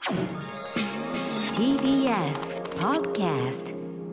TBS Podcast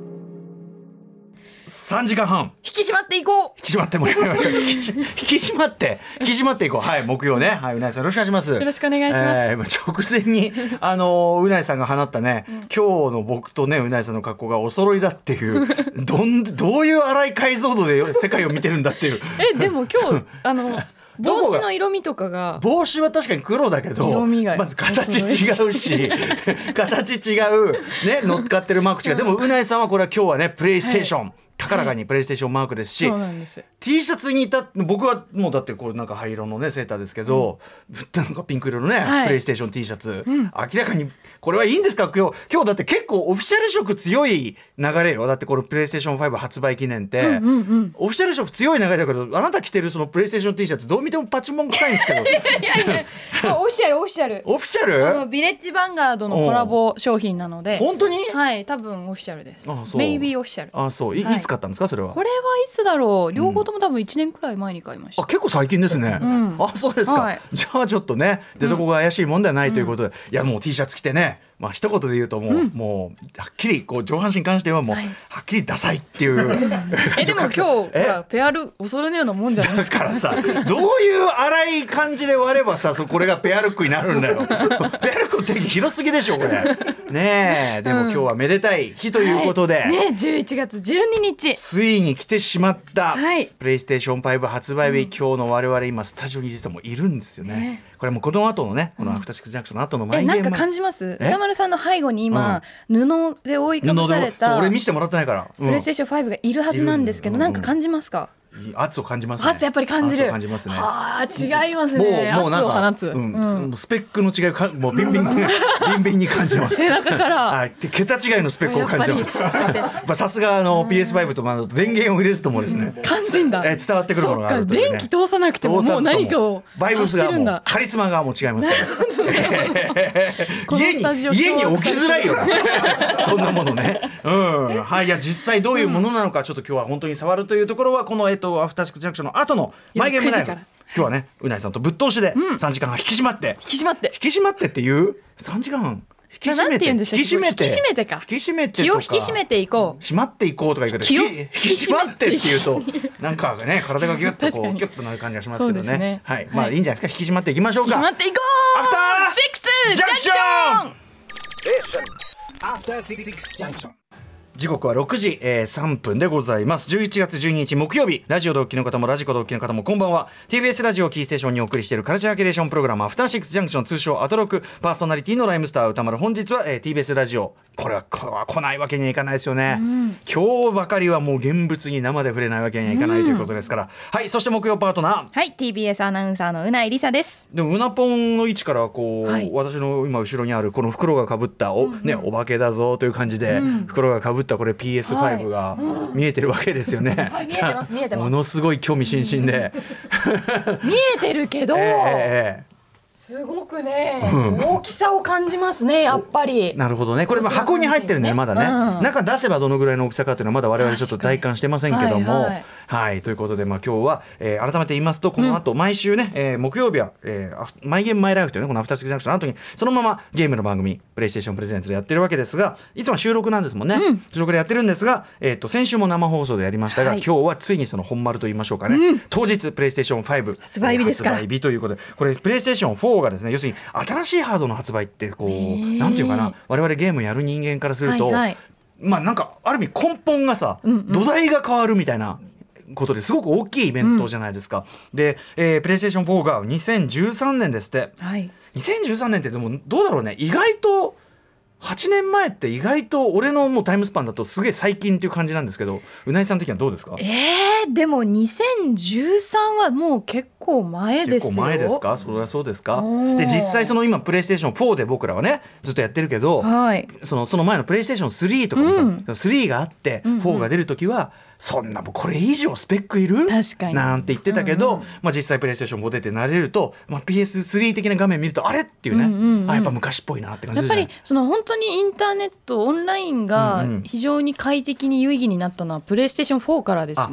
3時間半引き締まっていこう。 引き締まってもらいましょう引き締まっていこう。はい、木曜ね。はい、うないさんよろしくお願いします。 よろしくお願いします。 直前にうないさんが放ったね、今日の僕とねうないさんの格好がお揃いだっていうどういう荒い解像度で世界を見てるんだっていうでも今日帽子の色味とかが、 帽子は確かに黒だけど色味がまず形違うし形違うね、乗っかってるマーク違う。でもうないさんはこれは今日はねプレイステーション、高らかにプレイステーションマークですし、 そうなんです。 T シャツにいた僕はもうだってこれなんか灰色のねセーターですけど、なんかピンク色のね、プレイステーション T シャツ、明らかにこれはいいんですか。今日だって結構オフィシャル色強い流れよ。だってこのプレイステーション5発売記念って、オフィシャル色強い流れだけど、あなた着てるそのプレイステーション T シャツどう見てもパチモン臭いんですけどいやオフィシャルオフィシャルビレッジヴァンガードのコラボ商品なので、 本当にはい多分オフィシャルです。 あ、そうベイビーオフィシャル。 あ、そう、いつ買ったんですかそれは。 これはいつだろう。両方とも多分1年くらい前に買いました。 あ、結構最近ですね、あ、そうですか、 はい、 じゃあちょっとね出所が怪しいもんではないということで、いやもう T シャツ着てね、まあ一言で言うともうはっきりこう上半身に関してはもう、はっきりダサいっていうでも今日ほらペアル恐れのようなもんじゃないですか。 だからさ、どういう荒い感じで割ればさ、これがペアルックになるんだよペアルックの定義広すぎでしょこれねえ。でも今日はめでたい日ということで、 ね、11月12日ついに来てしまった、 はい、 プレイステーション5発売日、今日の我々今スタジオに実はもういるんですよね。これもうこの後のね、このアフターシックスジャンクションの後のマイゲーム、 なんか感じます。歌丸さんの背後に今、布で覆いかぶされた俺見せてもらってないから、 プレイステーション5がいるはずなんですけど、なんか感じますか。 圧を感じますね。 圧やっぱり感じる。 圧を感じますね。 はあ、違いますね。 もうなんか圧を放つ、 スペックの違いかもうビンビンに感じます。 背中から、 はい、桁違いのスペックを感じます。さすがPS5 と電源を入れずともですね、 感じんだ。 伝わってくるものがあるというね。 電気通さなくてももう何かをバイブスがもうカリスマがもう違いますから家に置きづらいよそんなものね。はい、いや実際どういうものなのか、ちょっと今日は本当に触るというところはこのアフターシックスジャンクションの後のマイゲームライブ、今日はねうないさんとぶっ通しで3時間半引き締まってっていう3時間半引き締めて引き締めて気を引き締めていこう、 締まっていこうとか言うけど、引き締まってっていうとなんかね体がギュッとこうギュッとなる感じがしますけどね。はい、まあいいんじゃないですか。引き締まっていきましょうか。 引き締まっていこう。 アフターシックスジャンクション。 アフターシックスジャンクション。 時刻は6時、3分でございます。11月12日木曜日、ラジオ同期の方もラジコ同期の方もこんばんは。 TBS ラジオキーステーションにお送りしているカルチャーキュレーションプログラムアフターシックスジャンクション、通称アトロク、パーソナリティのライムスター歌丸。本日は、TBS ラジオ、これは来ないわけにはいかないですよね、今日ばかりはもう現物に生で触れないわけにはいかないということですから、はい。そして木曜パートナー、 はい、 TBS アナウンサーのうないりさです。 でもうなぽんの位置からこう、 はい、 私の今後ろにあるこの袋がかぶったお化けだぞという感じで、袋がかぶったこれ PS5が見えてるわけですよね、 見えてますものすごい興味津々で見えてるけど、すごくね、大きさを感じますね、やっぱり。 なるほどね。これ箱に入ってるんで、ね、まだね、中出せばどのぐらいの大きさかというのはまだ我々ちょっと体感してませんけども、はい、ということで、今日は、改めて言いますと、この後、毎週ね、木曜日は、マイゲームマイライフというね、このアフターシックスジャンクションの後にそのままゲームの番組プレイステーションプレゼンツでやってるわけですが、いつも収録なんですもんね、収録でやってるんですが、先週も生放送でやりましたが、今日はついにその本丸と言いましょうかね、当日プレイステーション5 発売日ですから、 発売日ということで、これプレイステーション4がですね、要するに新しいハードの発売ってこう、なんていうかな、我々ゲームやる人間からすると、まあなんかある意味根本がさ、土台が変わるみたいなことですごく大きいイベントじゃないですか、で、プレイステーション4が2013年ですって、2013年ってでもどうだろうね、意外と8年前って意外と俺のもうタイムスパンだとすげえ最近っていう感じなんですけど、うなぎさん的にはどうですか。 でも2013はもう結構前ですよ。 結構前ですか。それはそうですか。で実際その今プレイステーション4で僕らはねずっとやってるけど、その前のプレイステーション3とかもさ、3があって4が出るときは、そんなもうこれ以上スペックいるなんて言ってたけど、まあ、実際プレイステーション5出て慣れると、まあ、PS3 的な画面見るとあれっていうね、やっぱ昔っぽいなって感じですね。 やっぱりその本当にインターネットオンラインが非常に快適に有意義になったのはプレイステーション4からですもんね。 オン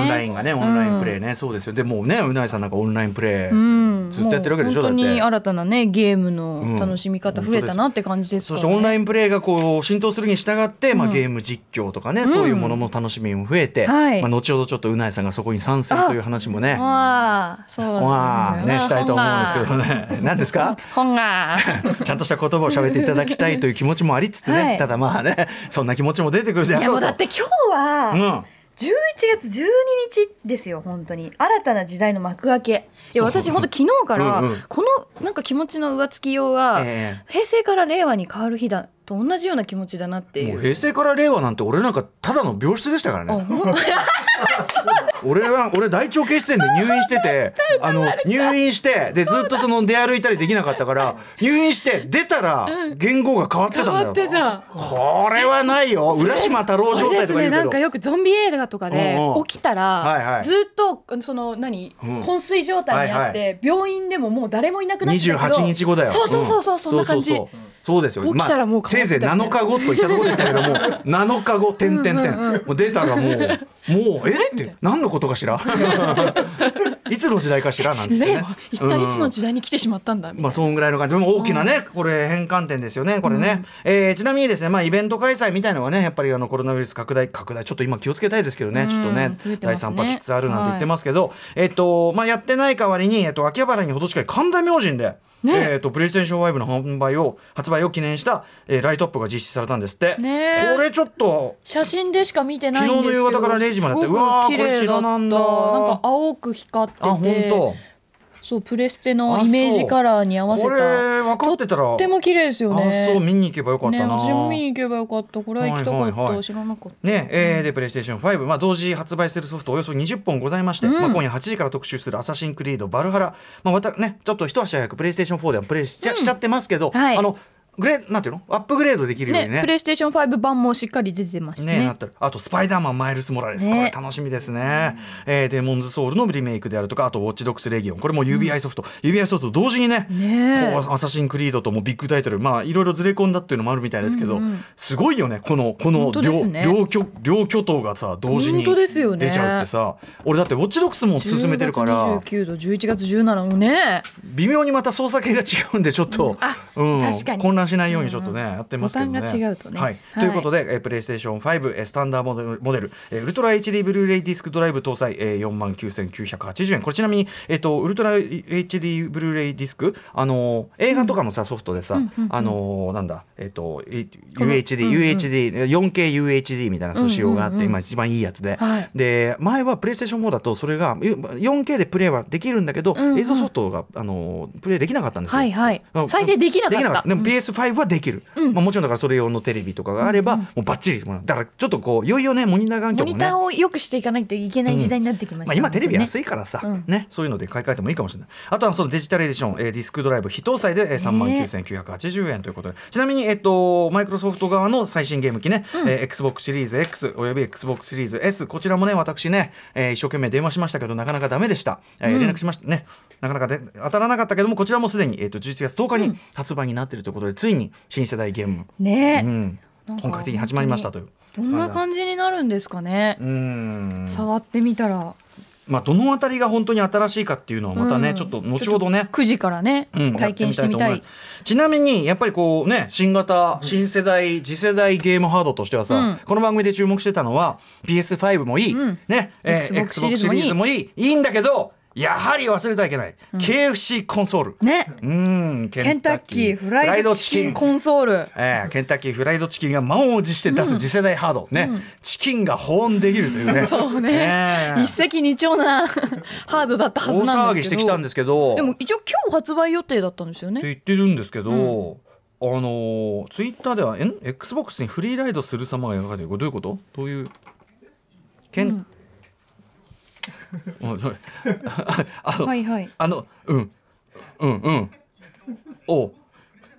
ンラインがね、オンラインプレイね、そうですよ。でもね、うないさんなんかオンラインプレイずっとやってるわけでしょ。 本当にだって新たなねゲームの楽しみ方増えたなって感じですからね。 そしてオンラインプレイがこう浸透するに従って、ゲーム実況とかね、そういうものの楽しみも増えて、後ほどちょっとうないさんがそこに参戦という話もね、 そうね、したいと思うんですけどね。何ですか？ 本がちゃんとした言葉を喋っていただきたいという気持ちもありつつね、ただまあね、そんな気持ちも出てくるであろうと。 いやもうだって今日は、11月12日ですよ。本当に新たな時代の幕開け。いや私本当昨日からこのなんか気持ちの上付きようは、平成から令和に変わる日だと同じような気持ちだなっていう。 もう平成から令和なんて俺なんかただの病室でしたからね。俺大腸憩室炎で入院してて入院してでずっとその出歩いたりできなかったから入院して出たら言語が変わってたんだよ。 変わってた。 これはないよ。浦島太郎状態とか言うけど、 なんかよくゾンビ映画とかで起きたらずっとその昏睡状態にあって病院でももう誰もいなくなってたけど 28日後だよ。 そうそんな感じ。 そうですよ。 起きたらもうせいぜい7日後といったところでしたけども7日後もう出たらもうって何のことかしらいつの時代かしらなんですね。 一体いつの時代に来てしまったんだみたいな。 そんぐらいの感じでも大きなね、これ変換点ですよねこれね。ちなみにですね、イベント開催みたいのがねやっぱりコロナウイルス拡大ちょっと今気をつけたいですけどね、ちょっとね第3波きつつあるなんて言ってますけど、やってない代わりに秋葉原にほど近い神田明神でプレイステーション5の発売を記念した、ライトアップが実施されたんですって、これちょっと写真でしか見てないんですけど昨日の夕方から0時までやって、うわーこれ白なんだ。 なんか青く光ってて、 本当そうプレステのイメージカラーに合わせた。 これ分かってたらとっても綺麗ですよね。 そう見に行けばよかったな。 私も見に行けばよかった。これは行きたかった、知らなかったね。でプレイステーション5、同時発売するソフトおよそ20本ございまして、今夜8時から特集するアサシンクリードバルハラ、またねちょっと一足早くプレイステーション4ではプレイしちゃってますけど、なんていうのアップグレードできるようにねプレイステーション5版もしっかり出てましたね。 なったらあとスパイダーマンマイルス・モラレス、これ楽しみですね。デモンズ・ソウルのリメイクであるとか、あとウォッチドッグス・レギオン、これも UBI ソフト、UBI ソフト同時にねアサシンクリードともビッグタイトル、いろいろずれ込んだっていうのもあるみたいですけど、すごいよねこの両巨頭がさ同時に出ちゃうってさ。俺だってウォッチドッグスも進めてるから 10月29度11月17もね微妙にまた操作系が違うんでちょっと、混乱しないようにちょっとねやってますけどね。 ボタンが違うとね。 ということで、プレイステーション5スタンダードモデル、ウルトラ HD ブルーレイディスクドライブ搭載、49,980円。これちなみに、ウルトラ HD ブルーレイディスク、映画とかのさソフトでさ、なんだ、4KUHD みたいなそういう仕様があって、今一番いいやつで、で前はプレイステーション4だとそれが 4K でプレイはできるんだけど、映像ソフトがプレイできなかったんですよ。 再生できなかった。 でも PS5 はできる。もちろんだからそれ用のテレビとかがあれば、もうバッチリ。だからちょっとこういよいよねモニター環境もねモニターを良くしていかないといけない時代になってきました。 今テレビ安いからさ、そういうので買い替えてもいいかもしれない。あとはそのデジタルエディション、ディスクドライブ非搭載で39,980円ということで、ちなみにマイクロソフト側の最新ゲーム機ね、Xbox シリーズ X および Xbox シリーズ S、 こちらもね私ね、一生懸命電話しましたけどなかなかダメでした。連絡しましたね、なかなか当たらなかったけども、こちらもすでに11月10日に発売になっているということで、ついに新世代ゲーム本格的に始まりましたという。 どんな感じになるんですかね。触ってみたらどのあたりが本当に新しいかっていうのはまたね、ちょっと後ほどね 9時からね、体験してみたい。 ちなみにやっぱりこうね新世代次世代ゲームハードとしてはさ、この番組で注目してたのは PS5 もいい、Xbox シリーズもいいんだけど、やはり忘れてはいけない、KFC コンソールね、ケンタッキーフライドチキンコンソール、 ケンタッキーフライドチキンが満を持して出す次世代ハード、チキンが保温できるというねそうね、一石二鳥なハードだったはずなんですけど、 大騒ぎしてきたんですけど、 でも一応今日発売予定だったんですよねって言ってるんですけど、ツイッターではXbox にフリーライドする様が描かれてる。これどういうこと？どういう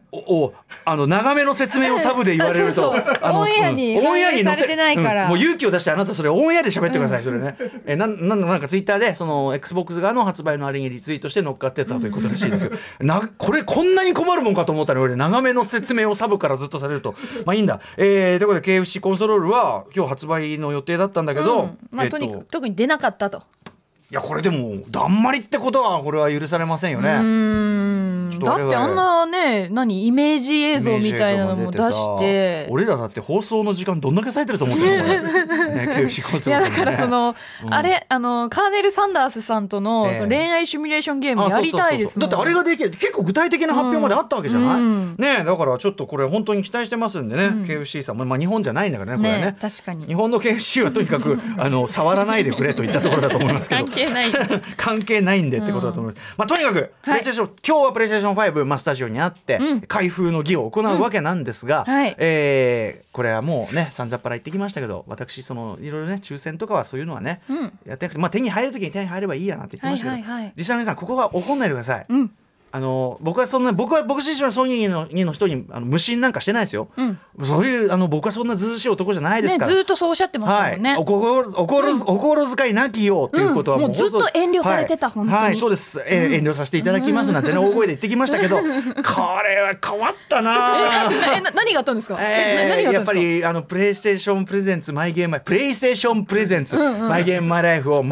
長めの説明をサブで言われるとオンエアに反映されてないから、 もう勇気を出してあなたそれオンエアで喋ってください、それね。なんかツイッターでその XBOX 側の発売のあれにリツイートして乗っかってたということらしいですよ。これこんなに困るもんかと思ったら俺長めの説明をサブからずっとされるとまあいいんだ。ということで KFC コンソロールは今日発売の予定だったんだけど、 特に出なかったと。 いやこれでもだんまりってことはこれは許されませんよね。 だってあんなねイメージ映像みたいなのも出して俺らだって放送の時間どんだけ割いてると思ってるのこれ、ね、KFC コンソール、ね、 いやだからあれカーネル・サンダースさんとの、その恋愛シミュレーションゲームやりたいですもん。 だってあれができる結構具体的な発表まであったわけじゃない、ね、だからちょっとこれ本当に期待してますんでね、KFC さんも、日本じゃないんだからねこれはね。 確かに日本の KFC はとにかく触らないでくれといったところだと思いますけど関係ないんでってことだと思います、とにかくプレイステーション、今日はプレイステーション5、スタジオにあって、開封の儀を行うわけなんですが、これはもうねさんざっぱら言ってきましたけど、私いろいろね抽選とかはそういうのはね、やってなくて、手に入る時に手に入ればいいやなって言ってましたけど、実際の皆さんここは怒んないでください。僕自身はソニーの人に無心なんかしてないですよ、そういう僕はそんなずうしい男じゃないですから、 ずっとそうおっしゃってましたもんね、 お心遣いなきよっていうことはもうずっと遠慮されてた、本当にそうです、遠慮させていただきますなんて、大声で言ってきましたけどこれは変わったな何があったんですか、 やっぱりプレイステーションプレゼンツマイゲームプレイステーションプレゼンツマイゲームマイライフを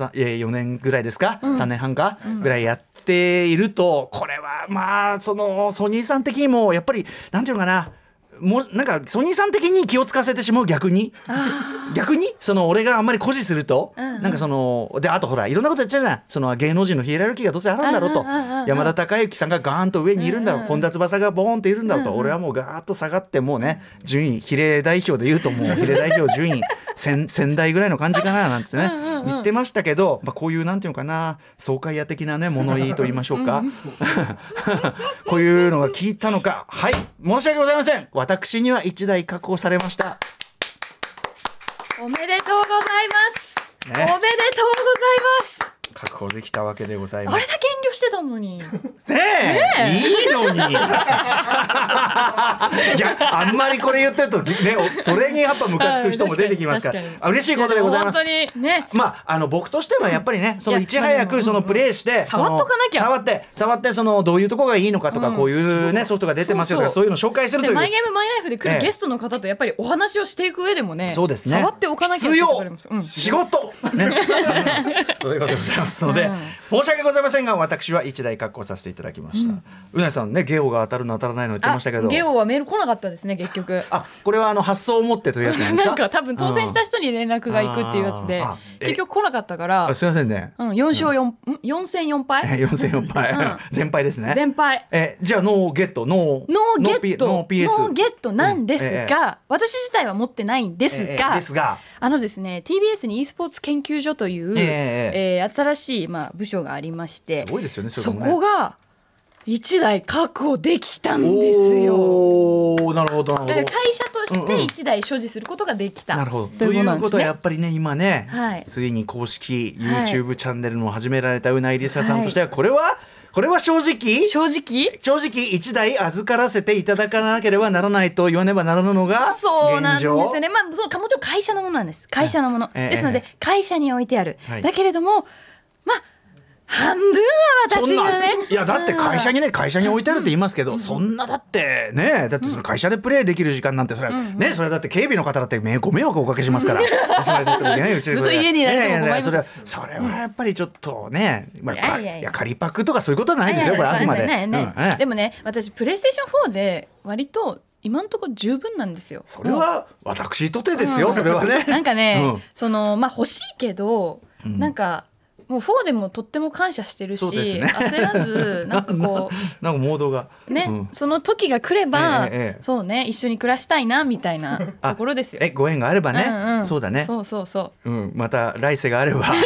4年ぐらいですか、3年半かぐらいやっていると、これはそのソニーさん的にもやっぱりなんていうのかな、なんかソニーさん的に気を使わせてしまう、逆に俺があんまり誇示すると、なんかであとほらいろんなこと言っちゃうじゃない、芸能人のヒエラルキーがどうせあるんだろうと、山田孝之さんがガーンと上にいるんだろう、本田翼がボーンといるんだろうと、俺はもうガーッと下がってもうね順位比例代表で言うともう比例代表順位1000台ぐらいの感じかななんてね言ってましたけど、こういうなんていうのかな爽快屋的なね物言いと言いましょうかこういうのが聞いたのか、はい申し訳ございません、私には1台確保されました。 おめでとうございます、おめでとうございます。 確保できたわけでございます。 あれだけ遠慮してたのにねえいいのにいやあんまりこれ言ってると、ね、それにやっぱムカつく人も出てきますから嬉しいことでございます。 本当にね、 僕としてはやっぱりね、いち早くプレイして触っとかなきゃ、 触ってどういうところがいいのかとか、こういうねソフトが出てますよとか、そういうのを紹介するというマイゲームマイライフで来るゲストの方とやっぱりお話をしていく上でもね、 そうですね、 触っておかなきゃ必要、仕事ねそういうことでございますので、申し訳ございませんが私は1台確保させていただきました。うなぎさんね、ゲオが当たるの当たらないの言ってましたけど、 ゲオはメール来なかったですね結局。 これは発送を持ってというやつなんですか。 なんか多分当選した人に連絡がいくっていうやつで、結局来なかったから、 すいませんね、 4勝4戦4敗 4敗全敗ですね。 全敗。 じゃあノーゲットノーゲットなんですが、私自体は持ってないんですが、ですね TBS に e スポーツ研究所という、新しい部署がありまして、 すごいですよね、 そこが1台確保できたんですよ。 なるほどなるほど。 だから会社として1台所持することができた、 なるほど。ということはやっぱりね今ね、ついに公式 YouTube チャンネルの始められたうないりささんとしては、これは正直1台預からせていただかなければならないと言わねばならぬのが現状。 そうなんですよね。もちろん会社のものなんです。会社のもの、ですので会社に置いてある、だけれども半分は私がね、 いやだって会社に置いてあるって言いますけど、そんなだってね、だってその会社でプレイできる時間なんてそれはね、それだって警備の方だってご迷惑をおかけしますからずっと家にいられても困ります。 それはやっぱりちょっとね、仮パクとかそういうことはないですよ、これあくまで。 でもね、私プレイステーション4で割と今のところ十分なんですよ。 それは私とてですよ、それはね。 なんかね、欲しいけど、なんかもう4でもとっても感謝してるし、焦らずなんかこうなんかモードがね、その時が来れば、そうね、一緒に暮らしたいなみたいなところですよ。 ご縁があればね、そうだね、また来世があれば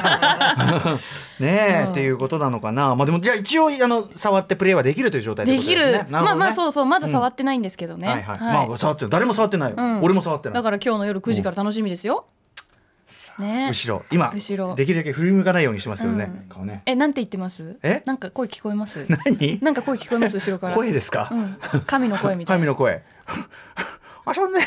ねっていうことなのかな。でもじゃあ一応触ってプレイはできるという状態でございますね。 できる。まだ触ってないんですけどね。 触って誰も触ってない。俺も触ってない。 だから今日の夜9時から楽しみですよ。 ね、 後ろ今できるだけ振り向かないようにしてますけどね、顔ね。 なんて言ってます？なんか声聞こえます？ 何？ なんか声聞こえます？後ろから。 声ですか？ 神の声みたいな。 神の声。遊んで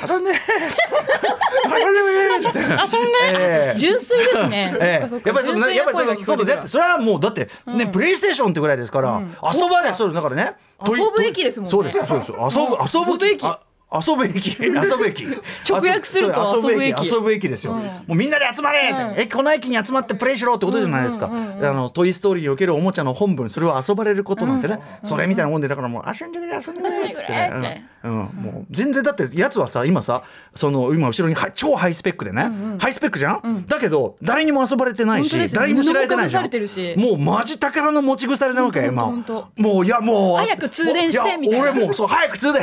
純粋ですね。 やっぱりそれはもうだってね、プレイステーションってぐらいですから、遊ばない。そうだからね、 遊ぶ駅ですもんね。 そうです遊ぶ駅。直訳すると遊ぶ駅ですよ。もうみんなで集まれって、この駅に集まってプレイしろってことじゃないですか。トイストーリーにおけるおもちゃの本文、それを遊ばれることなんてね、それみたいなもんで、だからもう遊んでくれっつってね、もう全然だってやつはさ、今さ、今後ろに超ハイスペックでね、ハイスペックじゃん、だけど誰にも遊ばれてないし、誰にも知られてないじゃん。もうマジ宝の持ち腐れなわけ。もういやもう早く通電してみたいな。 俺もうそう早く通電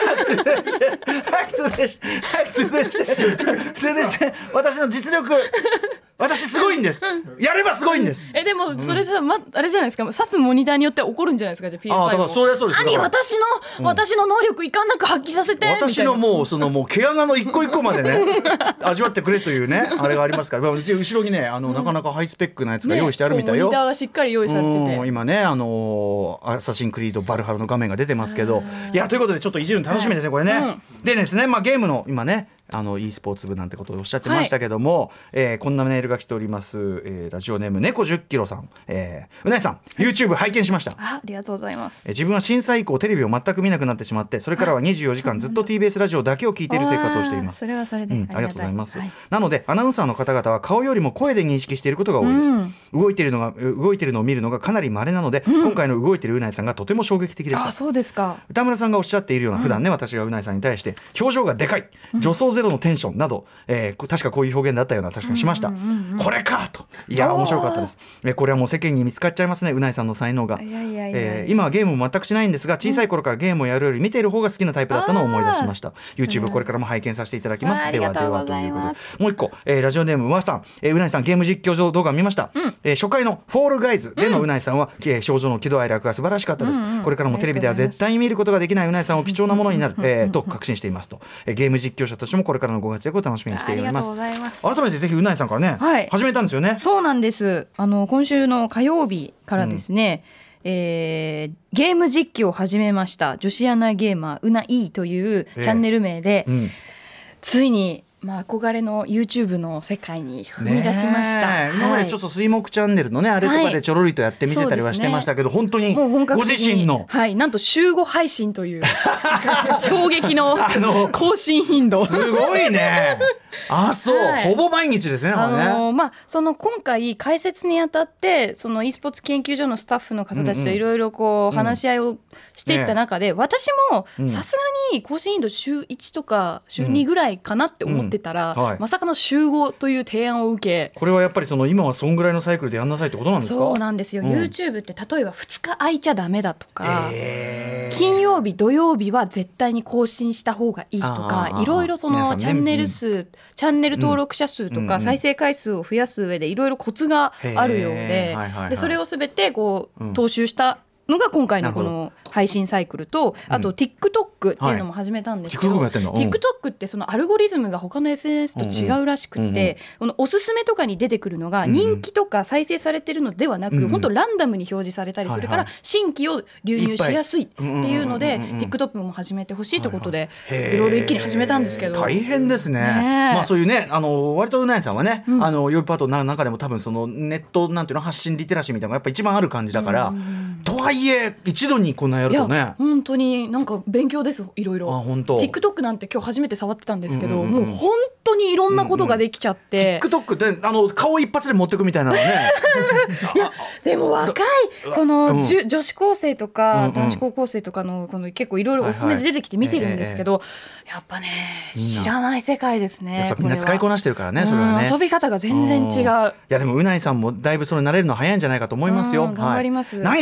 して私の実力、私すごいんです。やればすごいんです。 でもそれさ、あれじゃないですか、指すモニターによって怒るんじゃないですか。じゃあ PS5 だからそれはそうです。 何私の能力いかんなく発揮させて、 私のもう毛穴の一個一個までね味わってくれというね、あれがありますから。後ろにね、なかなかハイスペックなやつが用意してあるみたいよ。 モニターがしっかり用意されてて、 今ねアサシンクリードバルハラの画面が出てますけど、いやということでちょっといじるの楽しみですね、これね。でですね、ゲームの今ねe スポーツ部なんてことをおっしゃってましたけども、こんなメールが来ております。ラジオネーム猫10キロさん、うなえさん YouTube 拝見しました。 ありがとうございます。 自分は震災以降テレビを全く見なくなってしまって、それからは24時間ずっと TBS ラジオだけを聞いている生活をしています。 それはそれで、 ありがとうございます。なのでアナウンサーの方々は顔よりも声で認識していることが多いです。動いているのを見るのがかなり稀なので、今回の動いているうなえさんがとても衝撃的でした。 そうですか。 歌村さんがおっしゃっているような、普段ね私がうなえさんに対して表情がでかい、助走ゼロのテンションなど、確かこういう表現だったような確かにしました。これかと、いや面白かったです。これはもう世間に見つかっちゃいますね、うなえさんの才能が。今はゲームも全くしないんですが、小さい頃からゲームをやるより見ている方が好きなタイプだったのを思い出しました。 YouTube これからも拝見させていただきます。ではではということで、もう一個、ラジオネームわさん、うなえさんゲーム実況動画見ました。初回のフォールガイズでのうなえさんは、表情の喜怒哀楽が素晴らしかったです。これからもテレビでは絶対に見ることができないうなえさんを貴重なものになる、と確信していますと。ゲーム実況者としてもこれからのご活躍を楽しみにしています。改めてぜひうなえさんからね、始めたんですよね。 そうなんです。今週の火曜日からですね、ゲーム実況を始めました。女子アナゲーマーうないというチャンネル名で、ついに憧れの YouTube の世界に踏み出しました。 今までちょっと水木チャンネルのね、あれとかでちょろりとやってみせたりはしてましたけど、本当にご自身の、 なんと週5配信という衝撃の更新頻度。 すごいね。そう、ほぼ毎日ですね。 今回解説にあたってe スポーツ研究所のスタッフの方たちといろいろ話し合いをしていった中で、私もさすがに更新頻度週1とか週2ぐらいかなって思ってたら、まさかの週5という提案を受け、 これはやっぱり今はそんぐらいのサイクルでやんなさいってことなんですか？ そうなんですよ。YouTube って例えば2日空いちゃダメだとか、金曜日土曜日は絶対に更新した方がいいとか、いろいろチャンネル数、チャンネル登録者数とか再生回数を増やす上でいろいろコツがあるようで、それをすべて踏襲したのが今回のこの配信サイクルと、あと TikTok っていうのも始めたんですけど、TikTok ってアルゴリズムが他の SNS と違うらしくって、このおすすめとかに出てくるのが人気とか再生されてるのではなく、本当ランダムに表示されたりするから、新規を流入しやすいっていうので TikTok も始めてほしいということで、いろいろ一気に始めたんですけど、 大変ですね。そういうね、割とうなえさんはね、夜パートの中でも多分ネットなんていうの発信リテラシーみたいなのがやっぱ一番ある感じだから、とはいえ一度にこんなやるとね、 本当になんか勉強です。いろいろ TikTok なんて今日初めて触ってたんですけど、もう本当にいろんなことができちゃって、 TikTok で顔一発で持ってくみたいなのねでも若い女子高生とか男子高校生とかの結構いろいろおすすめで出てきて見てるんですけど、やっぱね知らない世界ですね。 やっぱみんな使いこなしてるからね、それはね。 遊び方が全然違う。 いやでもうないさんもだいぶそれ慣れるの早いんじゃないかと思いますよ。 頑張ります。 何しろ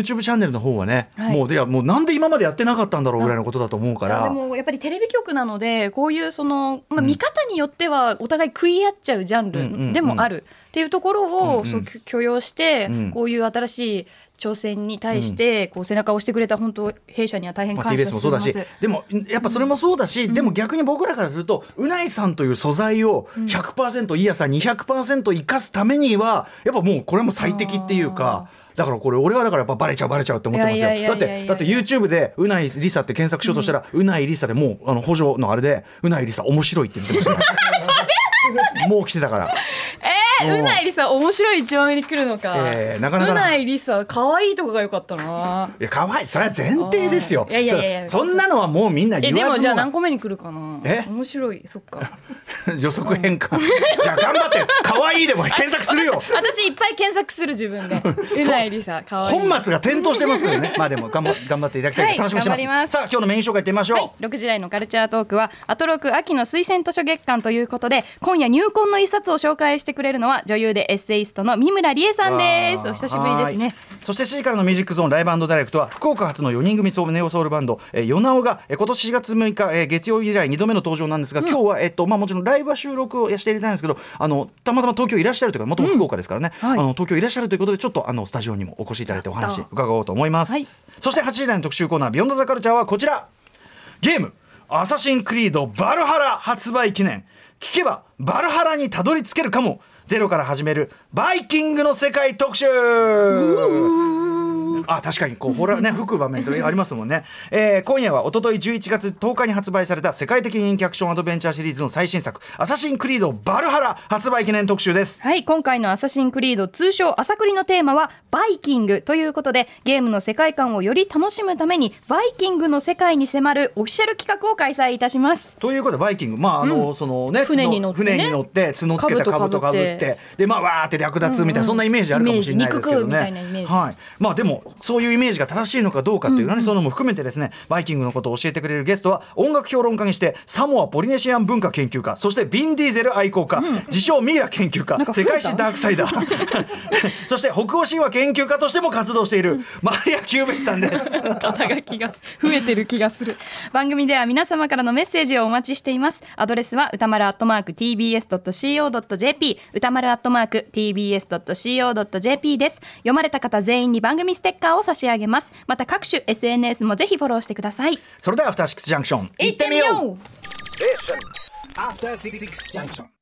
YouTube チャンネルの方はね、もうなんで今までやってなかったんだろうぐらいのことだと思うから。 でもやっぱりテレビ局なのでこういうその、見方によってはお互い食い合っちゃうジャンルでもあるっていうところをそう許容して、こういう新しい挑戦に対してこう背中を押してくれた本当弊社には大変感謝しています。 TBS もそうだし、でもやっぱそれもそうだし、でも逆に僕らからするとうないさんという素材を 100% いいやさ 200% 生かすためにはやっぱもうこれも最適っていうか。だからこれ俺はだからやっぱバレちゃうって思ってますよ。だって YouTube でうないりさって検索しようとしたら、うないりさでもう補助のあれでうないりさ面白いって言ってましたもう来てたから。 うないりさ面白い一番目に来るのか。 なかなかうないりさ可愛いとこが良かったな。 いや可愛い、それは前提ですよ。そんなのはもうみんな言わずも。 でもじゃあ何個目に来るかな。面白い、そっか予測変換じゃあ頑張って可愛いでも検索するよ。 私いっぱい検索する自分でうないりさ可愛い。 本末が転倒してますよね。まあでも頑張っていただきたいと楽しみにしてます。さあ今日のメイン紹介いってみましょう。 6時台のカルチャートークはアトロク秋の推薦図書月間ということで、今夜入魂の一冊を紹介してくれるのは女優でエッセイストの三村理恵さんです。お久しぶりですね。 そして7時からのミュージックゾーンライブ&ダイレクトは福岡発の4人組ネオソウルバンドヨナオが今年4月6日月曜日以来2度目の登場なんですが、今日はもちろんライブは収録をしていたんですけど、たまたま東京いらっしゃるというか、元々福岡ですからね、東京いらっしゃるということでちょっとスタジオにもお越しいただいてお話伺おうと思います。そして8時台の特集コーナービヨンドザカルチャーはこちら、ゲームアサシンクリードバルハラ発売記念、聞けばバルハラにたどり着けるかも、ゼロから始めるバイキングの世界特集。確かにこうホラーね吹く場面とありますもんね。今夜はおととい11月10日に発売された世界的人気アクションアドベンチャーシリーズの最新作アサシンクリードバルハラ発売記念特集です。 はい、今回のアサシンクリード通称アサクリのテーマはバイキングということで、ゲームの世界観をより楽しむためにバイキングの世界に迫るオフィシャル企画を開催いたします。 ということでバイキング、そのね船に乗って角つけた兜かぶってでわーって略奪みたいな、そんなイメージあるかもしれないですけどね。でもそういうイメージが正しいのかどうかというね、そういうのも含めてですね、バイキングのことを教えてくれるゲストは音楽評論家にしてサモアポリネシアン文化研究家、そしてビン・ディーゼル愛好家、自称ミイラ研究家、世界史ダークサイダーそして北欧神話研究家としても活動しているマリア・キューベイさんです肩書きが増えてる気がする。番組では皆様からのメッセージをお待ちしています。アドレスは歌丸@tbs.co.jp 歌丸@tbs.co.jp です。読まれた方全員に番組ステッカーを差し上げます。また各種 SNS もぜひフォローしてください。 それではアフターシックスジャンクション行ってみよう。